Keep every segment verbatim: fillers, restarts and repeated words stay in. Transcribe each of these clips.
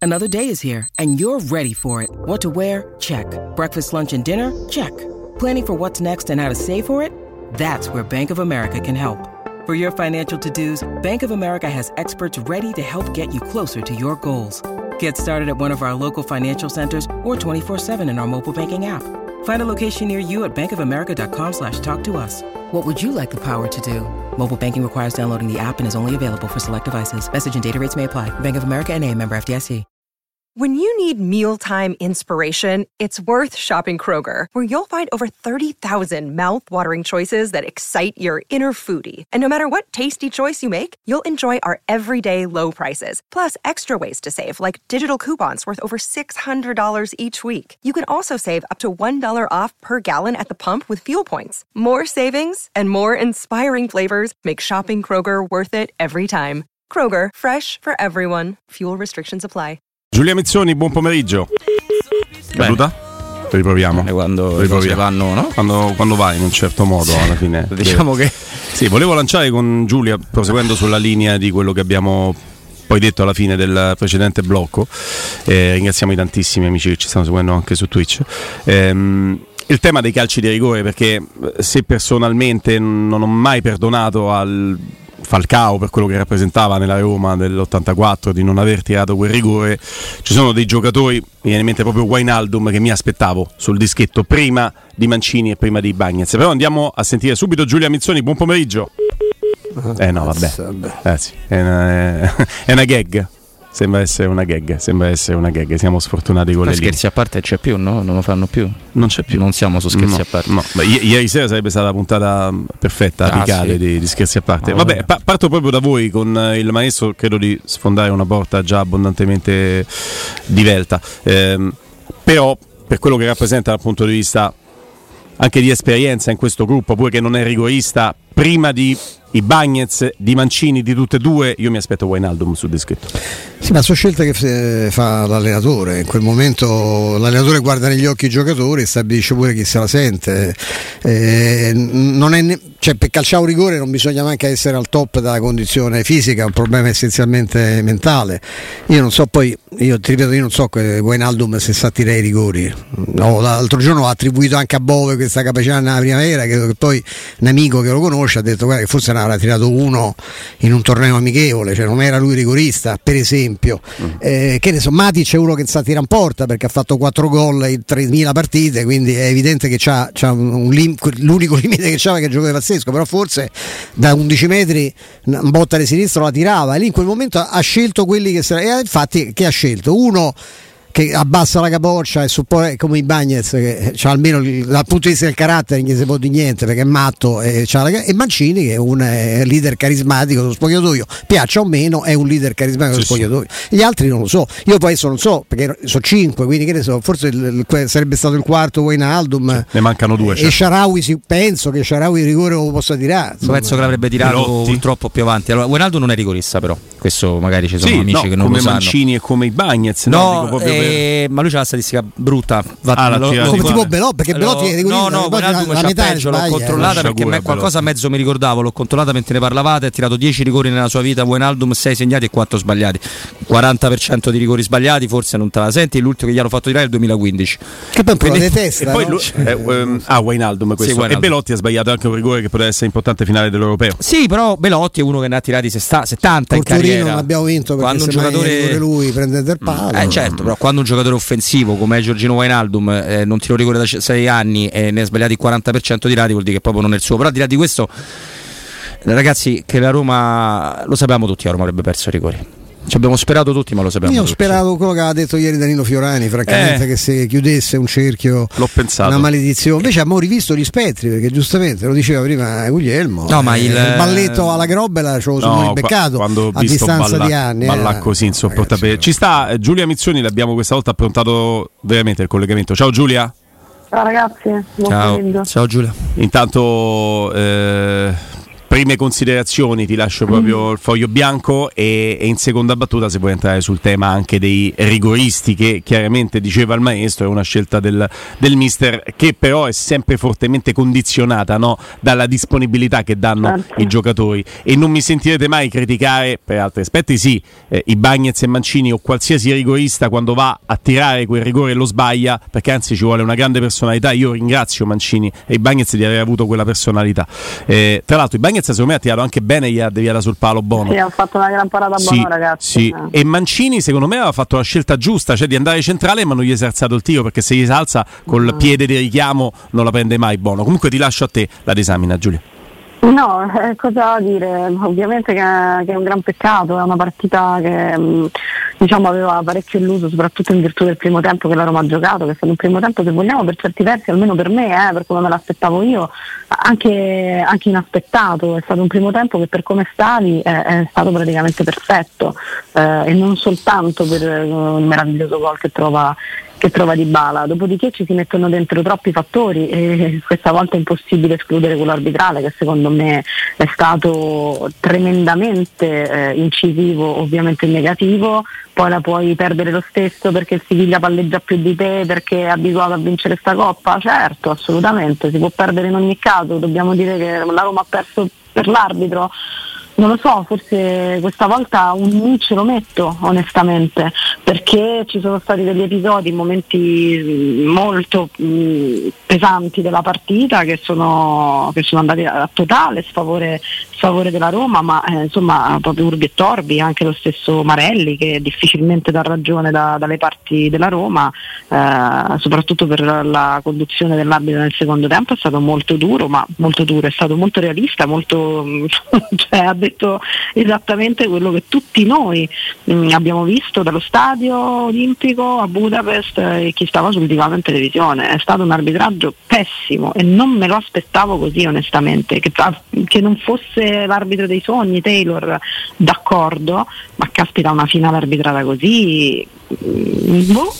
Another day is here, and you're ready for it. What to wear? Check. Breakfast, lunch, and dinner? Check. Planning for what's next and how to save for it? That's where Bank of America can help. For your financial to-dos, Bank of America has experts ready to help get you closer to your goals. Get started at one of our local financial centers or twenty-four seven in our mobile banking app. Find a location near you at bankofamerica.com slash talk to us. What would you like the power to do? Mobile banking requires downloading the app and is only available for select devices. Message and data rates may apply. Bank of America N A, member F D I C. When you need mealtime inspiration, it's worth shopping Kroger, where you'll find over thirty thousand mouth-watering choices that excite your inner foodie. And no matter what tasty choice you make, you'll enjoy our everyday low prices, plus extra ways to save, like digital coupons worth over six hundred dollars each week. You can also save up to one dollar off per gallon at the pump with fuel points. More savings and more inspiring flavors make shopping Kroger worth it every time. Kroger, fresh for everyone. Fuel restrictions apply. Giulia Mizzoni, buon pomeriggio. Caduta? Riproviamo. Quando Riproviamo. vanno, no? Quando, quando vai in un certo modo alla fine. Diciamo che sì, volevo lanciare con Giulia, proseguendo sulla linea di quello che abbiamo poi detto alla fine del precedente blocco. Eh, ringraziamo i tantissimi amici che ci stanno seguendo anche su Twitch. Ehm, il tema dei calci di rigore, perché se personalmente non ho mai perdonato al Falcao per quello che rappresentava nella Roma dell'ottantaquattro di non aver tirato quel rigore, ci sono dei giocatori, mi viene in mente proprio Wijnaldum, che mi aspettavo sul dischetto prima di Mancini e prima di Bagnez. Però andiamo a sentire subito Giulia Mizzoni. Buon pomeriggio. Eh no, vabbè, eh sì, è una, è una gag. Sembra essere una gag, sembra essere una gag. Siamo sfortunati con ma le linee. Scherzi a parte c'è più, no? Non lo fanno più. Non c'è più. Non siamo su scherzi no, a parte. No, ma i- ieri sera sarebbe stata la puntata perfetta, Ah, apicale sì. di, di scherzi a parte. Oh, Vabbè, pa- parto proprio da voi con eh, il maestro, credo di sfondare una porta già abbondantemente divelta. Ehm, però per quello che rappresenta dal punto di vista anche di esperienza in questo gruppo, pure che non è rigorista, prima di i Bagnez, di Mancini, di tutte e due, io mi aspetto Wijnaldum sul dischetto. Sì, ma sono scelte che fa l'allenatore. In quel momento l'allenatore guarda negli occhi i giocatori e stabilisce pure chi se la sente. Eh, non è ne- cioè, per calciare un rigore non bisogna neanche essere al top della condizione fisica, è un problema essenzialmente mentale. Io non so, poi io ti ripeto, io non so che Wijnaldum se sa tirare i rigori. No, l'altro giorno ho attribuito anche a Bove questa capacità nella primavera, credo che poi un amico che lo conosce ha detto guarda che forse ne avrà tirato uno in un torneo amichevole, cioè non era lui rigorista, per esempio. Mm. Eh, che ne so, Matic è uno che sa tirare in porta perché ha fatto quattro gol in tremila partite, quindi è evidente che c'ha, c'ha un lim- l'unico limite che c'ha è che giocava pazzesco, però forse da undici metri una botta di sinistro la tirava e lì in quel momento ha scelto quelli che e infatti che ha scelto uno che abbassa la capoccia e suppone come i Bagnez, che c'ha almeno il, dal punto di vista del carattere non gli si può di niente perché è matto, e, c'ha la, e Mancini che è un è leader carismatico dello spogliatoio, piaccia o meno è un leader carismatico dello sì, spogliatoio sì. Gli altri non lo so, io poi adesso non so perché sono cinque, quindi che ne so, forse il, il, sarebbe stato il quarto Wijnaldum, cioè, ne mancano due, e certo. Sharawi, penso che Sharawi il rigore lo possa tirare, insomma. Penso che l'avrebbe tirato Pelotti. Purtroppo più avanti. Allora, Wijnaldum non è rigorista, però questo magari ci sono sì, amici no, che non come lo sanno. Mancini e come i Bagnez, no, no, dico proprio eh, per... ma lui c'ha la statistica brutta. Va, ah, lo, lo, come tipo Belotti, perché Belotti è no no Wijnaldum c'ha peggio, l'ho controllata eh. perché me qualcosa a mezzo mi ricordavo, l'ho controllata mentre ne parlavate. Ha tirato dieci rigori nella sua vita Wijnaldum, sei segnati e quattro sbagliati, quaranta per cento di rigori sbagliati, forse non te la senti. L'ultimo che gli hanno fatto tirare è il duemilaquindici, che poi quindi, detesta, e poi no? lui, eh, um, ah Wijnaldum questo sì, Wijnaldum. E Belotti ha sbagliato anche un rigore che poteva essere importante finale dell'Europeo. Sì, però Belotti è uno che ne ha tirati settanta in carriera. Non abbiamo vinto perché quando un giocatore lui prende del palo. Eh certo, però quando un giocatore offensivo come Giorgino Wijnaldum eh, non tira un rigore da sei anni e ne ha sbagliati il quaranta per cento di tirati, vuol dire che proprio non è il suo. Però al di là di questo, ragazzi, che la Roma, lo sapevamo tutti, la Roma avrebbe perso i rigori. Ci abbiamo sperato tutti, ma lo sapevamo. Io ho tutti. sperato quello che aveva detto ieri Danilo Fiorani, francamente, eh, che si chiudesse un cerchio, l'ho pensato. Una maledizione. Invece abbiamo rivisto gli spettri, perché giustamente lo diceva prima Guglielmo. No, ma il, il balletto alla Grobbela ce lo sono no, beccato quando a distanza balla, di anni. Balla eh, così insopportabile. Ci sta Giulia Mizzoni, l'abbiamo questa volta approntato veramente il collegamento. Ciao Giulia. Ciao ragazzi, buon Ciao. pomeriggio. Ciao Giulia. Intanto eh, prime considerazioni ti lascio proprio mm. il foglio bianco e, e in seconda battuta se vuoi entrare sul tema anche dei rigoristi, che chiaramente diceva il maestro è una scelta del, del mister che però è sempre fortemente condizionata, no? Dalla disponibilità che danno certo. i giocatori, e non mi sentirete mai criticare per altri aspetti sì eh, i Bagnez e Mancini o qualsiasi rigorista quando va a tirare quel rigore e lo sbaglia, perché anzi ci vuole una grande personalità. Io ringrazio Mancini e i Bagnez di aver avuto quella personalità, eh, tra l'altro i Bagnez secondo me ha tirato anche bene gli ha deviata sul palo Bono. Sì, ha fatto una gran parata sì, Bono, ragazzi. Sì. Eh. E Mancini secondo me aveva fatto la scelta giusta, cioè di andare centrale, ma non gli si è alzato il tiro, perché se gli si alza col mm. piede di richiamo non la prende mai Bono. Comunque ti lascio a te la disamina, Giulia. No, eh, cosa dire? Ovviamente che è, che è un gran peccato, è una partita che mh, diciamo aveva parecchio illuso, soprattutto in virtù del primo tempo che la Roma ha giocato, che è stato un primo tempo, se vogliamo, per certi versi, almeno per me, eh, per come me l'aspettavo io, anche, anche inaspettato. È stato un primo tempo che per come stavi eh, è stato praticamente perfetto, eh, e non soltanto per eh, il meraviglioso gol che trova che trova Dybala. Dopodiché ci si mettono dentro troppi fattori e questa volta è impossibile escludere quello arbitrale, che secondo me è stato tremendamente eh, incisivo, ovviamente in negativo. Poi la puoi perdere lo stesso perché il Siviglia palleggia più di te, perché è abituato a vincere sta coppa, certo, assolutamente, si può perdere in ogni caso. Dobbiamo dire che la Roma ha perso per l'arbitro? Non lo so, forse questa volta un ni ce lo metto onestamente, perché ci sono stati degli episodi, momenti molto mh, pesanti della partita che sono, che sono andati a totale sfavore, sfavore della Roma, ma eh, insomma proprio urbi e torbi, anche lo stesso Marelli che difficilmente dà ragione da, dalle parti della Roma, eh, soprattutto per la conduzione dell'arbitro nel secondo tempo è stato molto duro, ma molto duro, è stato molto realista, molto cioè, ha detto esattamente quello che tutti noi mh, abbiamo visto dallo stadio olimpico a Budapest e chi stava sul divano in televisione. È stato un arbitraggio pessimo e non me lo aspettavo così onestamente, che, che non fosse l'arbitro dei sogni Taylor, d'accordo, ma caspita, una finale arbitrata così mh, boh.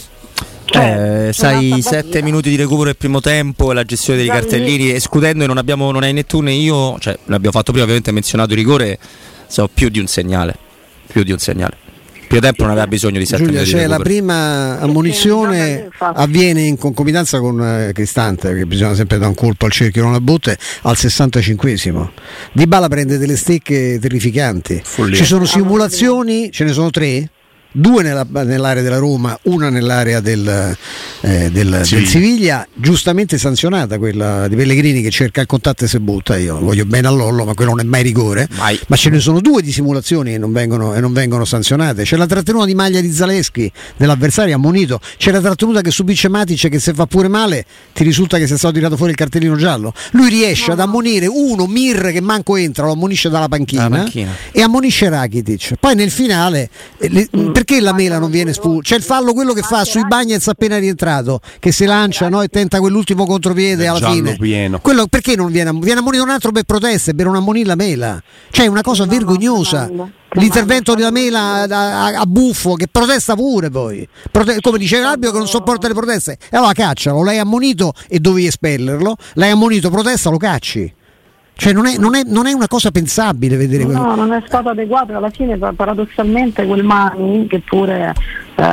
Eh, sai, sette minuti di recupero del primo tempo e la gestione dei cartellini, escludendo, e non abbiamo, non hai né tu né io, cioè l'abbiamo fatto prima, ovviamente menzionato il rigore, so, più di un segnale, più di un segnale. Il primo tempo non aveva bisogno di sette Giulia, minuti cioè di recupero. La prima ammonizione avviene in concomitanza con eh, Cristante, perché bisogna sempre dare un colpo al cerchio, non la botte, al sessantacinquesimo. Dybala prende delle stecche terrificanti. Follia. Ci sono simulazioni, ce ne sono tre. Due nella, nell'area della Roma, una nell'area del, eh, del, sì. del Siviglia, giustamente sanzionata quella di Pellegrini che cerca il contatto e si butta. Io voglio bene a Lollo, ma quello non è mai rigore. Mai. Ma ce ne sono due di simulazioni e non vengono, e non vengono sanzionate. C'è la trattenuta di maglia di Zaleschi dell'avversario ammonito, c'è la trattenuta che subisce Matic che se fa pure male ti risulta che sia stato tirato fuori il cartellino giallo. Lui riesce no. ad ammonire uno, Mir, che manco entra, lo ammonisce dalla panchina, panchina. e ammonisce Rakitic. Poi nel finale le, mm. perché la Mela non viene espulso? C'è il fallo quello che fa sui Bagnez appena rientrato, che si lancia, no, e tenta quell'ultimo contropiede alla fine. Pieno. Quello perché non viene viene ammonito un altro per proteste, per non ammonire la Mela? Cioè è una cosa vergognosa. L'intervento della Mela a, a, a Buffo che protesta pure poi. Prote- come dice l'arbitro che non sopporta le proteste. E allora caccialo, l'hai ammonito e dovevi espellerlo, l'hai ammonito, protesta, lo cacci. Cioè non è, non, è, non è una cosa pensabile vedere quello. No, non è stato adeguato. Alla fine paradossalmente quel Mani, che pure eh,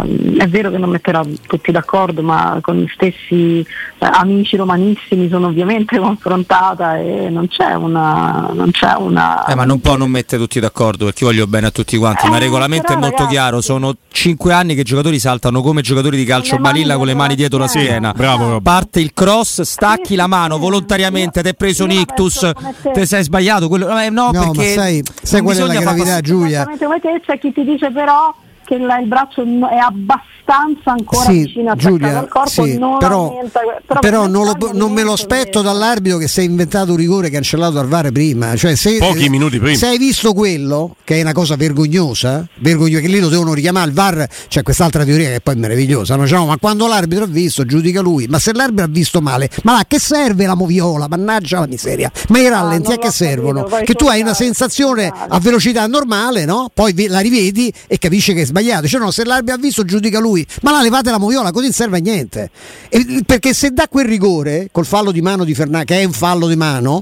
è vero che non metterà tutti d'accordo, ma con gli stessi eh, amici romanissimi sono ovviamente confrontata e non c'è una non c'è una eh, ma non può non mettere tutti d'accordo, perché io voglio bene a tutti quanti, eh, ma il regolamento è molto ragazzi, chiaro, sono cinque anni che i giocatori saltano come giocatori di calcio balilla con le mani dietro la schiena. Bravo. Parte il cross, stacchi sì, la mano sì, volontariamente, ti hai preso un ictus, ti sei sbagliato quello, eh, no, no, perché ma sai, sai qual è la gravità, Giulia? Come te c'è chi ti dice però che il braccio è abbastanza ancora sì, vicino a Giulia, al corpo, sì, non però, aumenta, però, però non, lo, non me lo aspetto che... dall'arbitro che si è inventato un rigore cancellato dal V A R prima, cioè se, pochi minuti prima. Se hai visto quello, che è una cosa vergognosa, vergognosa, che lì lo devono richiamare il V A R, c'è quest'altra teoria che poi è meravigliosa, no? Cioè, no, ma quando l'arbitro ha visto giudica lui, ma se l'arbitro ha visto male, ma là che serve la moviola, mannaggia la miseria, ma i rallenti ah, a che servono? Capito, che tu hai una sensazione a velocità normale, no? Poi la rivedi e capisci che è sbagliato, cioè no, se l'arbitro ha visto giudica lui, ma là levate la moviola, così non serve a niente. E, perché se dà quel rigore col fallo di mano di Fernandez, che è un fallo di mano,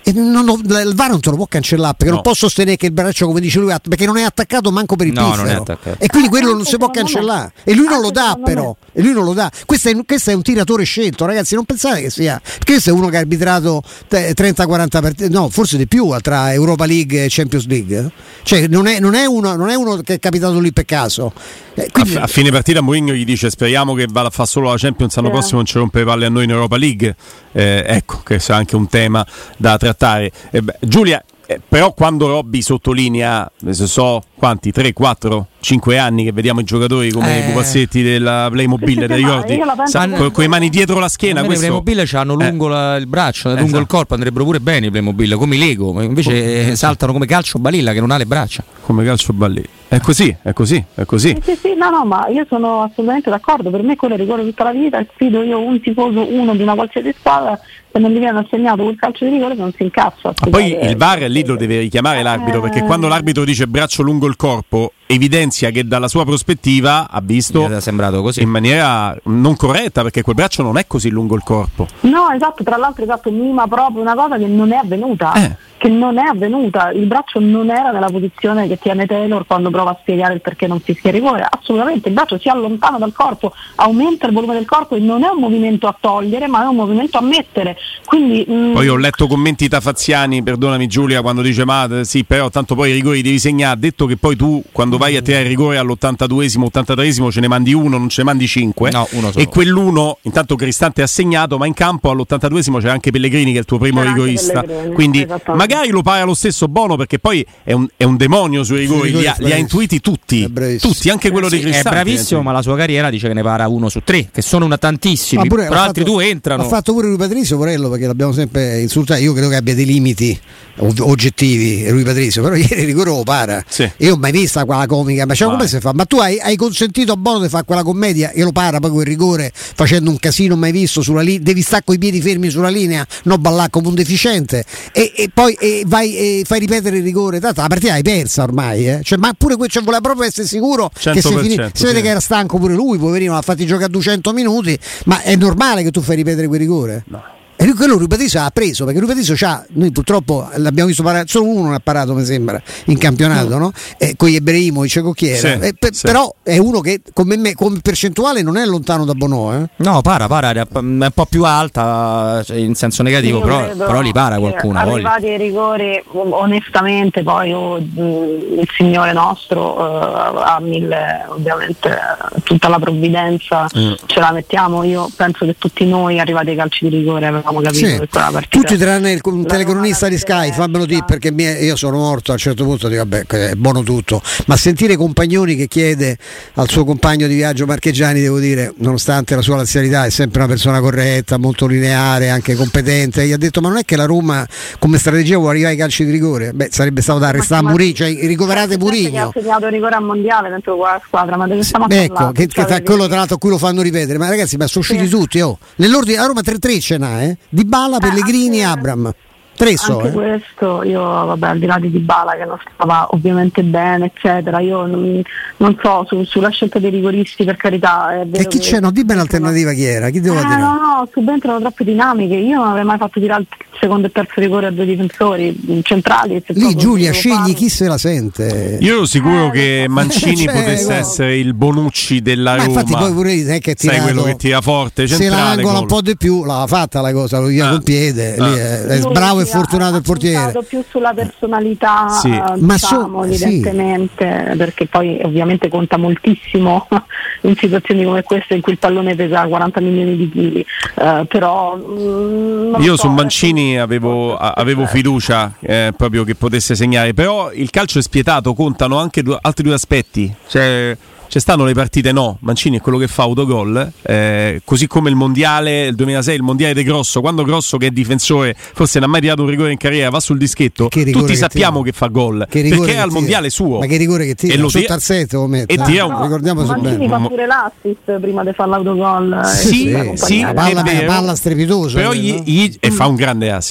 E non lo, il V A R non te lo può cancellare perché No. non può sostenere che il braccio, come dice lui, perché non è attaccato manco per il No, non è piffero, attaccato. e quindi quello non si può Anche secondo cancellare me. e lui non Anche lo dà secondo però me. e lui non lo dà. Questo è, questo è un tiratore scelto, ragazzi, non pensate che sia, perché questo è uno che ha arbitrato trenta quaranta partite, no, forse di più tra Europa League e Champions League, cioè non è, non è, uno, non è uno che è capitato lì per caso. Eh, quindi, A, a fine partita Mourinho gli dice speriamo che vada a fare solo la Champions l'anno Eh. prossimo, non ci rompe le palle a noi in Europa League. Eh, ecco che sarà anche un tema da trattare. Eh, beh, Giulia, eh, però quando Robby sottolinea, se so quanti, tre, quattro, cinque anni che vediamo i giocatori come Eh. i pupazzetti della Playmobil, Sì, sì, ti ma ricordi? io la penso Sa- come- con, con le mani dietro la schiena. I Questo... Playmobil hanno lungo la- il braccio, lungo Esatto. il corpo, andrebbero pure bene i Playmobil, come i Lego, ma invece eh, saltano come calcio balilla che non ha le braccia. Come calcio ballet. È così, è così, è così. Sì, sì, sì, no, no, ma io sono assolutamente d'accordo. Per me quello è rigore tutta la vita. Sfido io un tifoso, uno di una qualsiasi squadra, se non gli viene assegnato quel calcio di rigore non si incazza. Ma poi il V A R lì lo deve richiamare l'arbitro, perché quando l'arbitro dice braccio lungo il corpo evidenzia che dalla sua prospettiva ha visto Mi è sembrato così. in maniera non corretta, perché quel braccio non è così lungo il corpo. No, esatto, tra l'altro esatto, mima proprio una cosa che non è avvenuta. Eh. Che non è avvenuta, il braccio non era nella posizione che tiene Taylor quando prova a spiegare il perché non fischia il rigore, assolutamente il braccio si allontana dal corpo, aumenta il volume del corpo e non è un movimento a togliere ma è un movimento a mettere, quindi mh, Poi ho letto commenti tafaziani, perdonami Giulia, quando dice ma sì, però tanto poi i rigori devi segnare, ha detto che poi tu quando vai a tirare il rigore all'ottantaduesimo, ottantatreesimo ce ne mandi uno, non ce ne mandi cinque, No, uno solo. e quell'uno intanto Cristante ha segnato, ma in campo all'ottantaduesimo c'è anche Pellegrini che è il tuo primo C'era anche rigorista, Pellegrini, quindi esattamente. magari lo paga lo stesso Bono, perché poi è un, è un demonio sui rigori, rigori li ha, li ha intuiti tutti, È bravissimo. tutti, anche quello Sì, di Cristante. è bravissimo, ma la sua carriera dice che ne para uno su tre, che sono una tantissimi, Ma pure però ha altri fatto- due entrano. Ha fatto pure Rui Patrizio, Porello, perché l'abbiamo sempre insultato. Io credo che abbia dei limiti ov- oggettivi Rui Patrizio, però ieri il rigore lo para. Sì. Io ho mai vista quella comica, ma cioè, Mai. come si fa? Ma tu hai, hai consentito a Bono di fare quella commedia e lo para poi quel rigore facendo un casino mai visto sulla linea, devi stare coi piedi fermi sulla linea, non ballare come un deficiente e, e poi e vai e fai ripetere il rigore. Tanto la partita l'hai persa ormai, eh? Cioè, ma pure que- cioè, voleva proprio essere sicuro che cento si per finì. cento, Si vede sì. che era stanco pure lui, poverino, l'ha fatti giocare duecento minuti, ma è normale che tu fai ripetere quel rigore? No. E lui, quello Rui Patrizio ha preso, perché Rui Patrizio c'ha, noi purtroppo l'abbiamo visto parare, solo uno non ha parato mi sembra in campionato, no? Eh, con gli Ebrehimovic, con chi era? Sì, Eh, pe- sì. Però è uno che come, me, come percentuale non è lontano da Bono, eh? No, para, para, è un po' più alta, cioè, in senso negativo, io però, credo però li para che qualcuno. ha voglia. arrivati ai rigori onestamente poi oh, mh, il Signore nostro eh, ha mille ovviamente eh, tutta la provvidenza Mm. ce la mettiamo. Io penso che tutti noi arrivati ai calci di rigore avevamo capito Sì. che quella partita Tutti tranne il un la telecronista di Roma Sky, fammelo dire, l'avesse- perché mi è- io sono morto a un certo punto, dico vabbè è buono tutto, ma sentire Compagnoni che chiede al suo compagno di viaggio Marchegiani, devo dire, nonostante la sua lazialità è sempre una persona corretta, molto lineare, anche competente, gli ha detto ma non è che la Roma come strategia vuole arrivare ai calci di rigore? Beh, sarebbe stato da arrestare Ma- Mourinho, cioè ricoverate Gente che ha Mourinho. segnato il rigore al mondiale dentro quella squadra, ma dove stiamo a Ecco, parlare? che, che tra- quello tra l'altro qui lo fanno ripetere, ma ragazzi, ma sono usciti Sì. tutti, oh. Nell'ordine a Roma tre tre ce n'ha, eh? Dybala, Pellegrini, anche- Abram. Tre so, Anche eh. questo, io vabbè, al di là di Dybala che non stava ovviamente bene, eccetera, io non, non so su- sulla scelta dei rigoristi, per carità. È vero E chi che- c'è? No, dimmi l'alternativa chi era? Chi devo Eh, dire? no, no, subentrano troppe dinamiche. Io non avrei mai fatto tirare il secondo e terzo rigore a due difensori centrali. se Lì proprio Giulia devo scegli farlo. chi se la sente. Io ero sicuro Eh, che Mancini cioè, potesse guarda. essere il Bonucci della Ma Roma. infatti poi pure lì non è che è sai tirato, quello che tira forte, se centrale. l'angola un gol. po' di più l'ha fatta la cosa, lo tira Ah. col piede, Ah. lì è, è Lui bravo e si ha- fortunato ha il portiere. puntato più sulla personalità, Sì. eh, Ma diciamo, so- sì. evidentemente, perché poi ovviamente conta moltissimo in situazioni come queste in cui il pallone pesa quaranta milioni di chili. Eh, però mm, non Io so, su Mancini avevo, forse- a- avevo fiducia eh, proprio che potesse segnare, però il calcio è spietato, contano anche due- altri due aspetti. Cioè, ci stanno le partite no, Mancini è quello che fa autogol, eh, così come il mondiale il duemilasei, il mondiale di Grosso, quando Grosso che è difensore forse non ha mai tirato un rigore in carriera, va sul dischetto, Che rigore tutti che sappiamo tira. che fa gol, Che rigore perché è che al tira. mondiale suo. Ma che rigore che tira? E lo Sotto tira- al setto lo mette. e tira eh? un- Ricordiamoci Mancini bene. fa pure l'assist prima di fare l'autogol. eh, Sì, e tutta la sì, compagnia. La palla, è vero. palla strepitosa. Però eh, gli, no? gli- e fa un grande assist.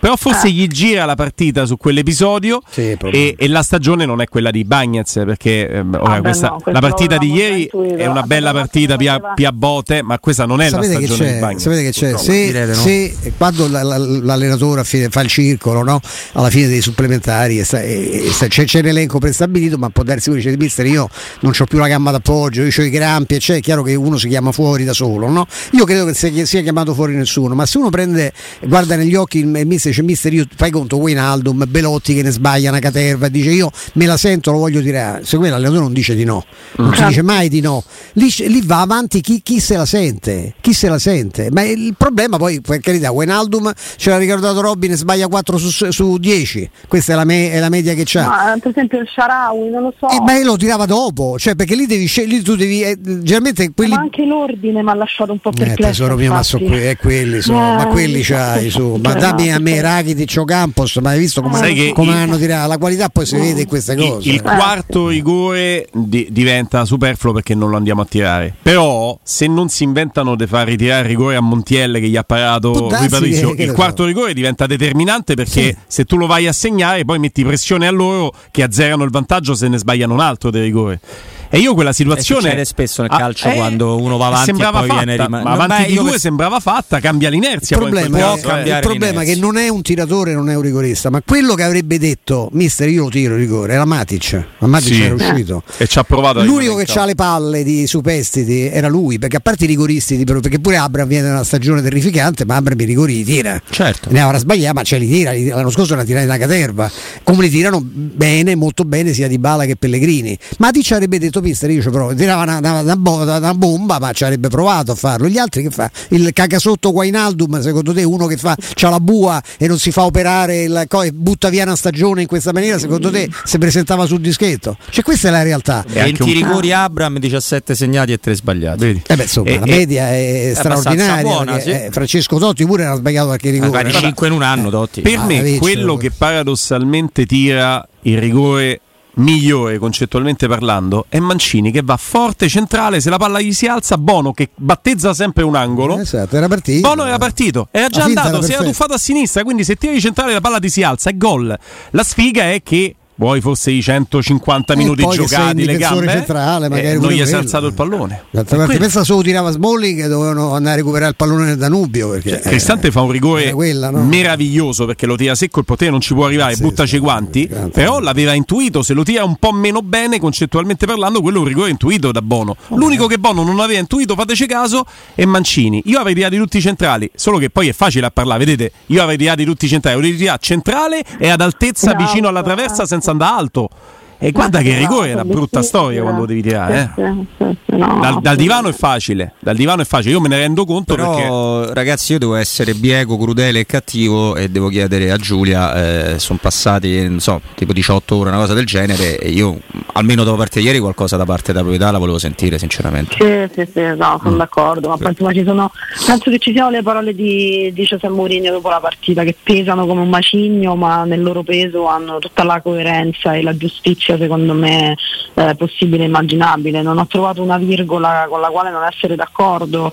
però forse ah. gli gira la partita su quell'episodio sì, e, e la stagione non è quella di Bagnez, perché eh, ora ah, questa, no, la partita di ieri è una bella partita via, via botte, ma questa non è sapete la stagione di Bagnez. Sapete che c'è? Se, se quando la, la, l'allenatore fa il circolo, no? Alla fine dei supplementari e sta, e sta, c'è, c'è l'elenco prestabilito, ma può darsi pure dice mister io non ho più la gamba d'appoggio, io ho i crampi, e c'è, è chiaro che uno si chiama fuori da solo, no? Io credo che sia, sia chiamato fuori nessuno, ma se uno prende, guarda negli occhi il, il mister, dice mister io fai conto Wijnaldum, Belotti che ne sbaglia una caterva, dice io me la sento, lo voglio tirare, se quello l'allenatore non dice di no, non si dice mai di no, lì, lì va avanti chi, chi se la sente, chi se la sente, ma il problema poi per carità Wijnaldum ce l'ha ricordato Robin, sbaglia quattro su, su dieci, questa è la, me, è la media che c'ha, ma per esempio il Shaarawy non lo so, eh, ma lo tirava dopo, cioè perché lì devi scegliere, tu devi eh, generalmente quelli... ma anche l'ordine mi ha lasciato un po' perplesso, eh, tesoro mio, ma so que- è quelli so, eh, ma quelli c'hai su, ma dammi a me Rakitic o Campos, ma hai visto come, eh, come il, hanno tirato la qualità, poi si vede in queste cose. Il, il quarto rigore di, diventa superfluo perché non lo andiamo a tirare, però se non si inventano di far ritirare il rigore a Montiel che gli ha parato Rui Patricio, il quarto so. rigore diventa determinante perché sì. se tu lo vai a segnare poi metti pressione a loro che azzerano il vantaggio se ne sbagliano un altro del rigore. E io quella situazione succede spesso nel calcio, ah, quando eh, uno va avanti e poi fatta, viene rimasto. Ma avanti beh, di due che... sembrava fatta, cambia l'inerzia. Il problema, poi è, il problema è che non è un tiratore, non è un rigorista, ma quello che avrebbe detto mister io lo tiro il rigore era Matic. Ma Matic sì. era uscito e ci ha provato. L'unico che ha le palle di superstiti era lui, perché a parte i rigoristi, perché pure Abraham viene da una stagione terrificante, ma Abraham i rigori li tira. Certo. Ne avrà sbagliato, ma ce li tira. L'anno scorso era tirati da caterva. Come li tirano bene, molto bene sia Dybala che Pellegrini. Matic avrebbe detto mister io ci provo, tirava una, una, una, una bomba, ma ci avrebbe provato a farlo. Gli altri che fa? Il cagasotto Wijnaldum, secondo te uno che fa c'ha la bua e non si fa operare il, e butta via una stagione in questa maniera, secondo te si presentava sul dischetto? Cioè questa è la realtà. venti un... rigori Abraham, diciassette segnati e tre sbagliati. Vedi? Eh beh, insomma, e, la media è, è straordinaria. Buona, sì. eh, Francesco Totti pure era sbagliato qualche rigore. Ah, cinque in un anno Totti. Per ah, me visto, quello che paradossalmente tira il rigore migliore concettualmente parlando è Mancini, che va forte centrale, se la palla gli si alza, Bono che battezza sempre un angolo, esatto, era partito. Bono era partito, era già andato, si era tuffato a sinistra, quindi se tiri centrale la palla ti si alza, è gol. La sfiga è che vuoi forse i centocinquanta eh, minuti giocati, le gambe centrale, magari eh, non gli si è quello. alzato il pallone. D'altra parte pensa solo tirava Smalling che dovevano andare a recuperare il pallone nel Danubio, perché cioè, Cristante eh, fa un rigore quella, no? meraviglioso perché lo tira secco, il potere non ci può arrivare, sì, buttaci i sì, guanti, sì, però l'aveva intuito, se lo tira un po' meno bene concettualmente parlando, quello è un rigore intuito da Bono. Oh, l'unico eh. che Bono non aveva intuito, fateci caso, è Mancini. Io avrei tirato tutti i centrali, solo che poi è facile a parlare, vedete, io avrei tirato tutti i centrali, avrei tirato centrale e ad altezza no, vicino alla traversa senza andare alto. E guarda che rigore è una brutta storia quando lo devi tirare, eh? dal, dal divano è facile, dal divano è facile, io me ne rendo conto. Però, perché ragazzi, io devo essere bieco, crudele e cattivo e devo chiedere a Giulia, eh, sono passati non so tipo diciotto ore, una cosa del genere, e io almeno dopo partita ieri qualcosa da parte della proprietà la volevo sentire sinceramente. Sì, sì, sì, no, sono mm. d'accordo, ma penso, ma ci sono, penso che ci siano le parole di, di José Mourinho dopo la partita che pesano come un macigno, ma nel loro peso hanno tutta la coerenza e la giustizia secondo me eh, possibile e immaginabile. Non ho trovato una virgola con la quale non essere d'accordo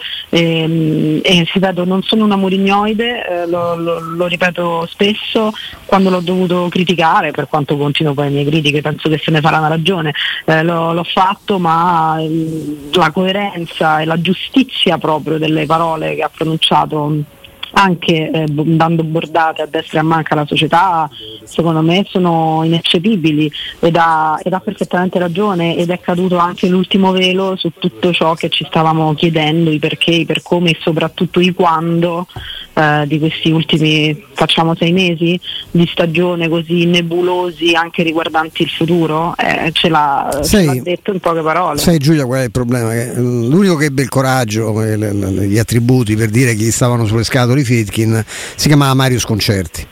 e, e ripeto, non sono una mourignoide, eh, lo, lo, lo ripeto spesso quando l'ho dovuto criticare, per quanto continuo poi le mie critiche, penso che se ne farà una ragione, eh, lo, l'ho fatto, ma eh, la coerenza e la giustizia proprio delle parole che ha pronunciato, anche eh, dando bordate a destra e a manca alla società, secondo me sono ineccepibili, ed ha, ed ha perfettamente ragione, ed è caduto anche l'ultimo velo su tutto ciò che ci stavamo chiedendo, i perché, i per come e soprattutto i quando eh, di questi ultimi, facciamo sei mesi di stagione così nebulosi anche riguardanti il futuro, eh, ce, l'ha, sai, ce l'ha detto in poche parole. Sai Giulia qual è il problema? Che l'unico che ebbe il coraggio, gli attributi per dire che gli stavano sulle scatole Friedkin, si chiamava Mario Sconcerti,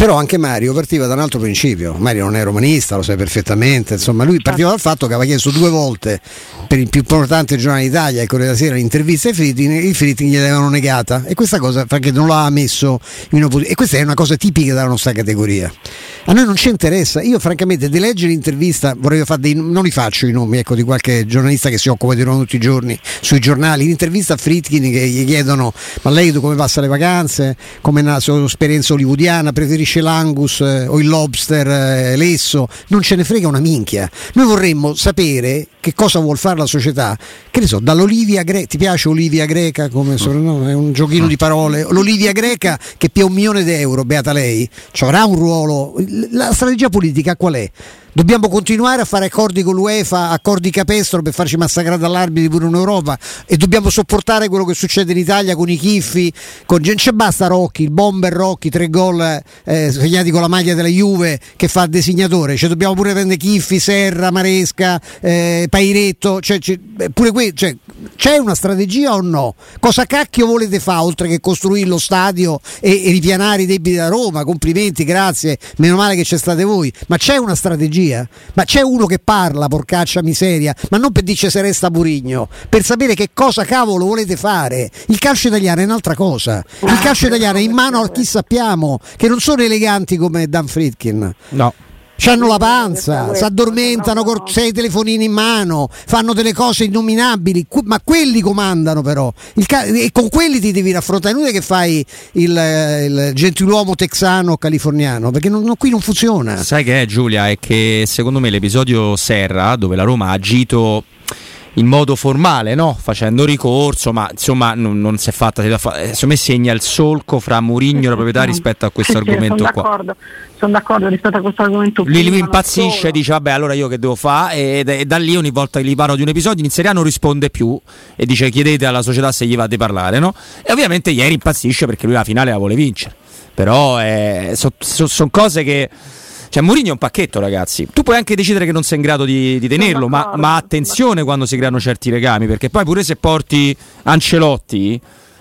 Però anche Mario partiva da un altro principio. Mario non è romanista, lo sai perfettamente, insomma lui partiva dal fatto che aveva chiesto due volte per il più importante giornale d'Italia, il Corriere della Sera, l'intervista ai Friedkin, i Friedkin gliel'avevano negata, e questa cosa perché non l'ha messo in opposizione, e questa è una cosa tipica della nostra categoria. A noi non ci interessa. Io francamente di leggere l'intervista vorrei fare dei, non li faccio i nomi, ecco, di qualche giornalista che si occupa di Roma tutti i giorni sui giornali, l'intervista a Friedkin che gli chiedono: ma lei come passa le vacanze, come è la sua esperienza hollywoodiana, preferisce l'Angus eh, o il lobster eh, lesso? Non ce ne frega una minchia. Noi vorremmo sapere che cosa vuol fare la società, che ne so, dall'Olivia Greca. Ti piace Olivia Greca come soprannome? È un giochino di parole. L'Olivia Greca che pia un milione di euro, beata lei, ci avrà un ruolo. La strategia politica qual è? Dobbiamo continuare a fare accordi con l'UEFA, accordi capestro per farci massacrare dall'arbitro pure in Europa, e dobbiamo sopportare quello che succede in Italia con i Chiffi, con non c'è basta Rocchi, il bomber Rocchi, tre gol eh, segnati con la maglia della Juve che fa il designatore, cioè dobbiamo pure prendere Chiffi, Serra, Maresca, eh, Pairetto, cioè, cioè, pure que- cioè, c'è una strategia o no? Cosa cacchio volete fare oltre che costruire lo stadio e, e ripianare i debiti da Roma? Complimenti, grazie, meno male che c'è state voi, ma c'è una strategia? Ma c'è uno che parla, porcaccia miseria, ma non per dire se resta Mourinho, per sapere che cosa cavolo volete fare. Il calcio italiano è un'altra cosa, il calcio italiano è in mano a chi sappiamo, che non sono eleganti come Dan Friedkin. No. C'hanno la panza, si addormentano con sei telefonini in mano, fanno delle cose innominabili, ma quelli comandano però. Il ca- e con quelli ti devi raffrontare, non è che fai il, il gentiluomo texano o californiano, perché non, non, qui non funziona. Sai che è, Giulia? È che secondo me l'episodio Serra, dove la Roma ha agito in modo formale, no? Facendo ricorso, ma insomma non, non si è fatta, secondo me segna il solco fra Mourinho e la proprietà rispetto a questo sì, argomento sì, sono qua. D'accordo, sono d'accordo rispetto a questo argomento. Lui, lui impazzisce, dice vabbè allora io che devo fare, e, e da lì ogni volta che gli parlo di un episodio in Serie A non risponde più e dice chiedete alla società se gli va di parlare, no? E ovviamente ieri impazzisce perché lui la finale la vuole vincere, però eh, sono so, so cose che... Cioè Mourinho è un pacchetto, ragazzi. Tu puoi anche decidere che non sei in grado di, di tenerlo, ma, ma attenzione quando si creano certi legami, perché poi pure se porti Ancelotti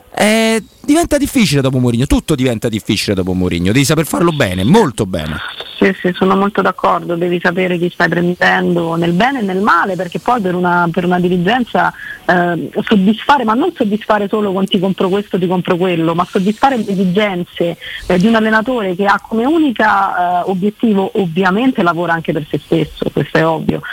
eh, diventa difficile dopo Mourinho. Tutto diventa difficile dopo Mourinho. Devi saper farlo bene, molto bene. Sì, sì, sono molto d'accordo. Devi sapere chi stai prendendo nel bene e nel male, perché poi per una, per una dirigenza eh, soddisfare, ma non soddisfare solo con ti compro questo, ti compro quello, ma soddisfare le esigenze eh, di un allenatore che ha come unica eh, obiettivo, ovviamente lavora anche per se stesso, questo è ovvio.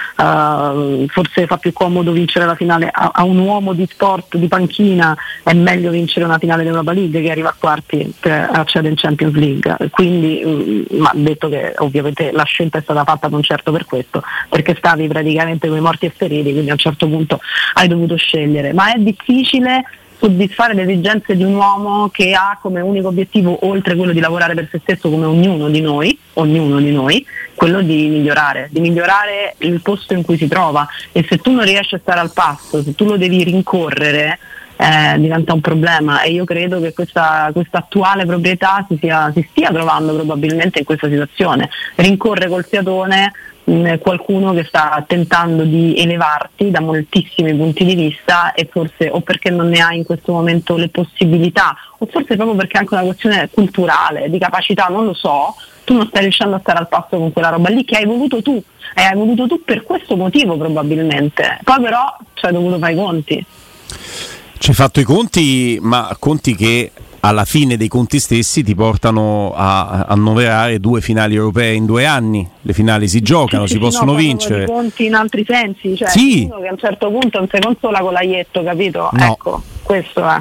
Uh, forse fa più comodo vincere la finale a, a un uomo di sport, di panchina, è meglio vincere una finale d'Europa League che arriva a quarti per accedere in Champions League, quindi um, ma detto che ovviamente la scelta è stata fatta non certo per questo, perché stavi praticamente con i morti e feriti, quindi a un certo punto hai dovuto scegliere, ma è difficile soddisfare le esigenze di un uomo che ha come unico obiettivo, oltre quello di lavorare per se stesso come ognuno di noi, ognuno di noi, quello di migliorare, di migliorare il posto in cui si trova, e se tu non riesci a stare al passo, se tu lo devi rincorrere, Eh, diventa un problema, e io credo che questa, questa attuale proprietà si, sia, si stia trovando probabilmente in questa situazione. Rincorre col fiatone mh, qualcuno che sta tentando di elevarti da moltissimi punti di vista, e forse o perché non ne ha in questo momento le possibilità, o forse proprio perché è anche una questione culturale, di capacità, non lo so. Tu non stai riuscendo a stare al passo con quella roba lì che hai voluto tu, e hai voluto tu per questo motivo probabilmente, poi però ci hai dovuto fare i conti. Ci hai fatto i conti, ma conti che alla fine dei conti stessi ti portano a annoverare due finali europee in due anni. Le finali si giocano, sì, si sì, possono no, vincere. I conti in altri sensi, cioè sì. uno che a un certo punto non si consola con l'aietto, capito? No. Ecco, questo è.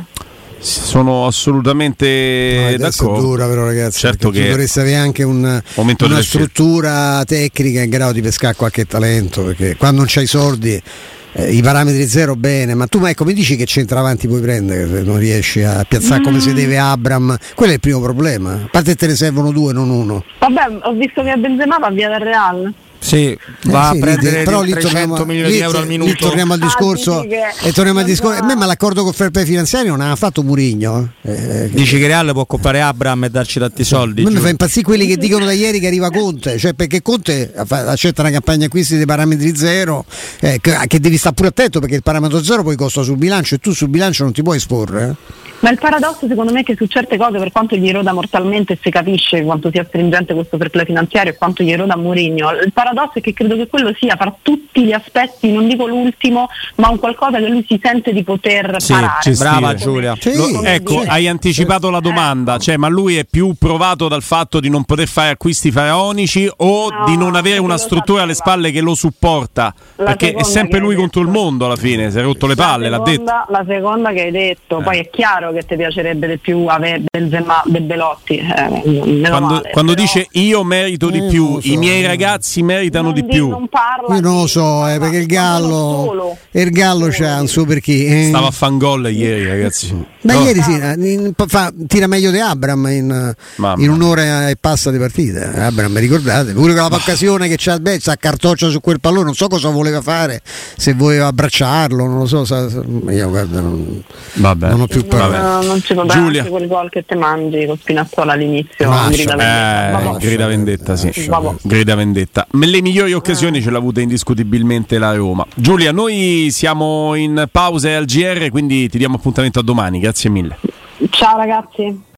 Sono assolutamente no, d'accordo. È dura però, ragazzi, certo che dovreste avere anche un, una struttura tecnica in grado di pescare qualche talento, perché quando non c'hai i soldi eh, i parametri zero bene, ma tu ma ecco, mi dici che centravanti puoi prendere, non riesci a piazzare mm. come si deve Abram, quello è il primo problema, a parte te ne servono due non uno. Vabbè, ho visto che a Benzema va via dal Real. Sì, va Eh sì, a prendere lì- però lì trecento torniamo- milioni lì- di euro al lì minuto. torniamo al discorso Ah, dici che e torniamo al non discorso. va- A me, ma l'accordo con fair play finanziario non aveva fatto Mourinho. Eh, Dici che Real può comprare Abram e darci tanti soldi? a me mi giù. fa impazzire quelli che dicono da ieri che arriva Conte, cioè perché Conte fa- accetta una campagna acquisti dei parametri zero, eh, che, che devi stare pure attento perché il parametro zero poi costa sul bilancio e tu sul bilancio non ti puoi esporre. eh. Ma il paradosso secondo me è che su certe cose, per quanto gli eroda mortalmente, si capisce quanto sia stringente questo fair play finanziario e quanto gli eroda Mourinho, il paradosso è che credo che quello sia fra tutti gli aspetti, non dico l'ultimo, ma un qualcosa che lui si sente di poter Sì, parare. gestire. Brava Giulia. Sì, Lo- ecco, sì. hai anticipato la domanda, cioè, ma lui è più provato dal fatto di non poter fare acquisti faraonici o No, di non avere una lo struttura alle sapeva. spalle che lo supporta? La Perché è seconda sempre che lui hai contro il detto. mondo alla fine, si è rotto le palle, la l'ha detto. seconda, la seconda che hai detto, Eh. poi è chiaro che ti piacerebbe di più avere Benzema del Belotti, eh, meno Quando, male, quando però dice io merito di Eh, più, non lo so. i miei ragazzi meritano non di di- più. non parla Io non lo di- so, eh, parla- perché il parla Gallo solo. il Gallo c'ha un suo perché. eh. Stava a fan gol ieri, ragazzi. Ma No. ieri sì, eh, in- fa- tira meglio di Abram in, Mamma. in un'ora e passa di partita. Abram, ricordate, pure quella occasione che c'ha, beh, si accartoccia su quel pallone, non so cosa voleva fare, se voleva abbracciarlo, non lo so. Sa, sa- io guarda, non, Vabbè. non ho più Non, parole. non ci può Giulia. anche quel gol che te mangi con Spinazzola all'inizio, Lascia, grida vendetta. Eh, Vabbè. grida vendetta, sì. Vabbè. Grida vendetta. Ma le migliori occasioni ce l'ha avute indiscutibilmente la Roma. Giulia, noi siamo in pausa al G R, quindi ti diamo appuntamento a domani. Grazie mille. Ciao ragazzi.